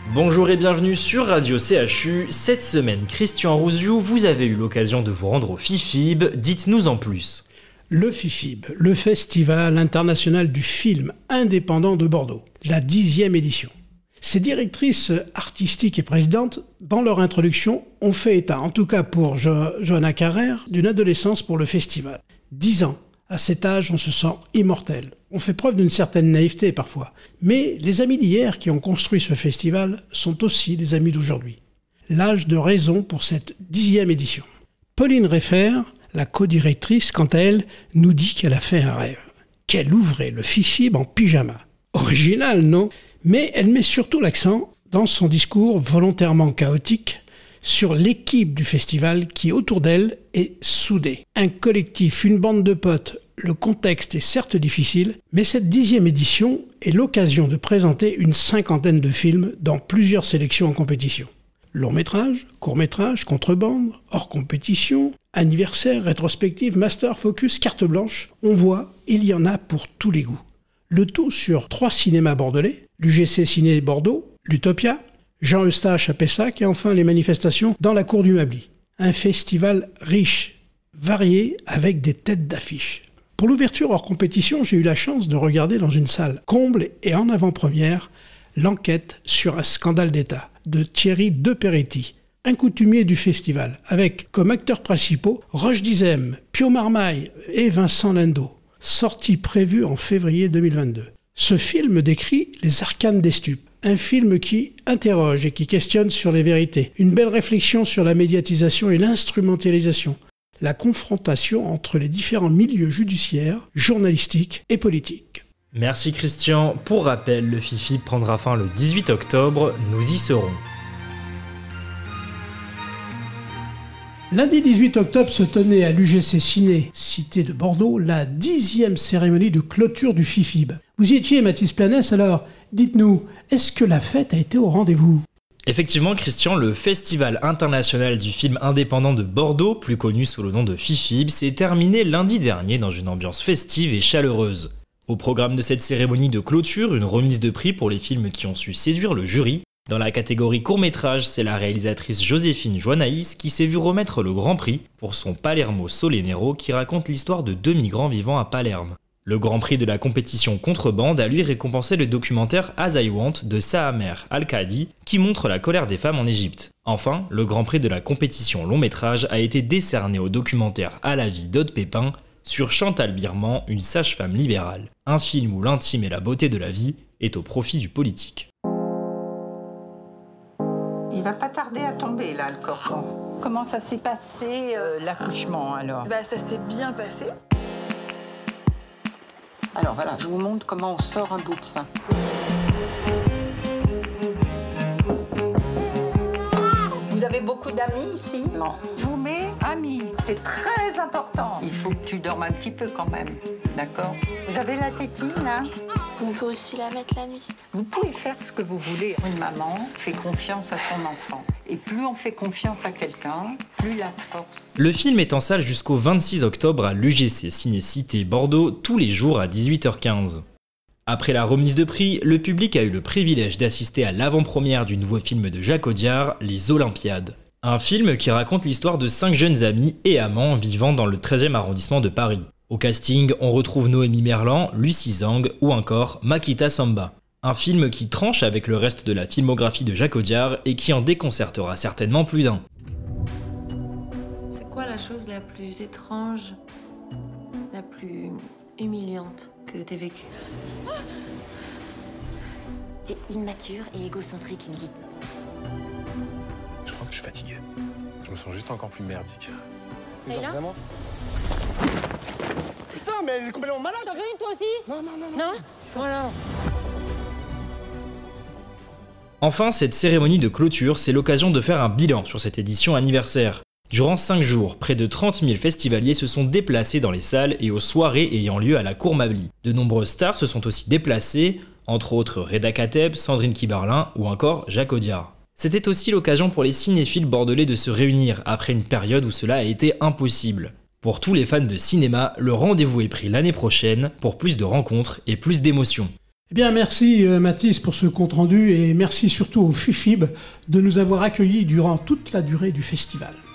Bonjour et bienvenue sur Radio CHU. Cette semaine, Christian Rouziou, vous avez eu l'occasion de vous rendre au FIFIB. Dites-nous en plus. Le FIFIB, le Festival international du film indépendant de Bordeaux, la 10e édition. Ses directrices artistiques et présidentes, dans leur introduction, ont fait état, en tout cas pour Johanna Carrère, d'une adolescence pour le festival. 10 ans. À cet âge, on se sent immortel. On fait preuve d'une certaine naïveté parfois. Mais les amis d'hier qui ont construit ce festival sont aussi des amis d'aujourd'hui. L'âge de raison pour cette 10e édition. Pauline Reffer, la co-directrice, quant à elle, nous dit qu'elle a fait un rêve. Qu'elle ouvrait le FIFIB en pyjama. Original, non ? Mais elle met surtout l'accent, dans son discours volontairement chaotique, sur l'équipe du festival qui, autour d'elle, est soudée. Un collectif, une bande de potes. Le contexte est certes difficile, mais cette 10e édition est l'occasion de présenter une 50aine de films dans plusieurs sélections en compétition. Long-métrage, court-métrage, contrebande, hors compétition, anniversaire, rétrospective, master, focus, carte blanche. On voit, il y en a pour tous les goûts. Le tout sur 3 cinémas bordelais, l'UGC Ciné Bordeaux, l'Utopia, Jean Eustache à Pessac et enfin les manifestations dans la cour du Mably. Un festival riche, varié, avec des têtes d'affiche. Pour l'ouverture hors compétition, j'ai eu la chance de regarder dans une salle comble et en avant-première l'enquête sur un scandale d'État de Thierry Deperetti, un coutumier du festival, avec comme acteurs principaux Roche Dizem, Pio Marmaille et Vincent Lindau, sortie prévue en février 2022. Ce film décrit les arcanes des stupes. Un film qui interroge et qui questionne sur les vérités. Une belle réflexion sur la médiatisation et l'instrumentalisation. La confrontation entre les différents milieux judiciaires, journalistiques et politiques. Merci Christian. Pour rappel, le FIFIB prendra fin le 18 octobre. Nous y serons. Lundi 18 octobre se tenait à l'UGC Ciné, cité de Bordeaux, la 10e cérémonie de clôture du FIFIB. Vous y étiez, Mathis Planès, alors dites-nous, est-ce que la fête a été au rendez-vous ? Effectivement, Christian, le Festival international du film indépendant de Bordeaux, plus connu sous le nom de FIFIB, s'est terminé lundi dernier dans une ambiance festive et chaleureuse. Au programme de cette cérémonie de clôture, une remise de prix pour les films qui ont su séduire le jury. Dans la catégorie court-métrage, c'est la réalisatrice Joséphine Joannaïs qui s'est vue remettre le Grand Prix pour son Palermo Solenero qui raconte l'histoire de 2 migrants vivant à Palerme. Le Grand Prix de la compétition Contrebande a lui récompensé le documentaire As I Want de Sahamer Al-Khadi qui montre la colère des femmes en Égypte. Enfin, le Grand Prix de la compétition long-métrage a été décerné au documentaire À la vie d'Aude Pépin sur Chantal Birman, une sage-femme libérale. Un film où l'intime et la beauté de la vie est au profit du politique. Il va pas tarder à tomber là, le cordon. Comment ça s'est passé l'accouchement alors ? Ça s'est bien passé. Alors voilà, je vous montre comment on sort un bout de sein. Vous avez beaucoup d'amis ici ? Non. Je vous mets amis. C'est très important. Il faut que tu dormes un petit peu quand même. D'accord ? Vous avez la tétine là ? On peut aussi la mettre la nuit. Vous pouvez faire ce que vous voulez. Une maman fait confiance à son enfant. Et plus on fait confiance à quelqu'un, plus il a de force. Le film est en salle jusqu'au 26 octobre à l'UGC Ciné-Cité Bordeaux, tous les jours à 18h15. Après la remise de prix, le public a eu le privilège d'assister à l'avant-première du nouveau film de Jacques Audiard, Les Olympiades. Un film qui raconte l'histoire de 5 jeunes amis et amants vivant dans le 13e arrondissement de Paris. Au casting, on retrouve Noémie Merlan, Lucie Zhang ou encore Makita Samba. Un film qui tranche avec le reste de la filmographie de Jacques Audiard et qui en déconcertera certainement plus d'un. C'est quoi la chose la plus étrange, la plus humiliante que t'aies vécue ? T'es immature et égocentrique, Émilie. Je crois que je suis fatigué. Je me sens juste encore plus merdique. Et là ? Vraiment... Putain, mais elle est complètement malade. T'en veux une toi aussi ? Non. Non ? Voilà. Enfin, cette cérémonie de clôture, c'est l'occasion de faire un bilan sur cette édition anniversaire. Durant 5 jours, près de 30 000 festivaliers se sont déplacés dans les salles et aux soirées ayant lieu à la Cour Mably. De nombreuses stars se sont aussi déplacées, entre autres Reda Kateb, Sandrine Kiberlin ou encore Jacques Audiard. C'était aussi l'occasion pour les cinéphiles bordelais de se réunir après une période où cela a été impossible. Pour tous les fans de cinéma, le rendez-vous est pris l'année prochaine pour plus de rencontres et plus d'émotions. Eh bien, merci Mathis pour ce compte-rendu et merci surtout au FIFIB de nous avoir accueillis durant toute la durée du festival.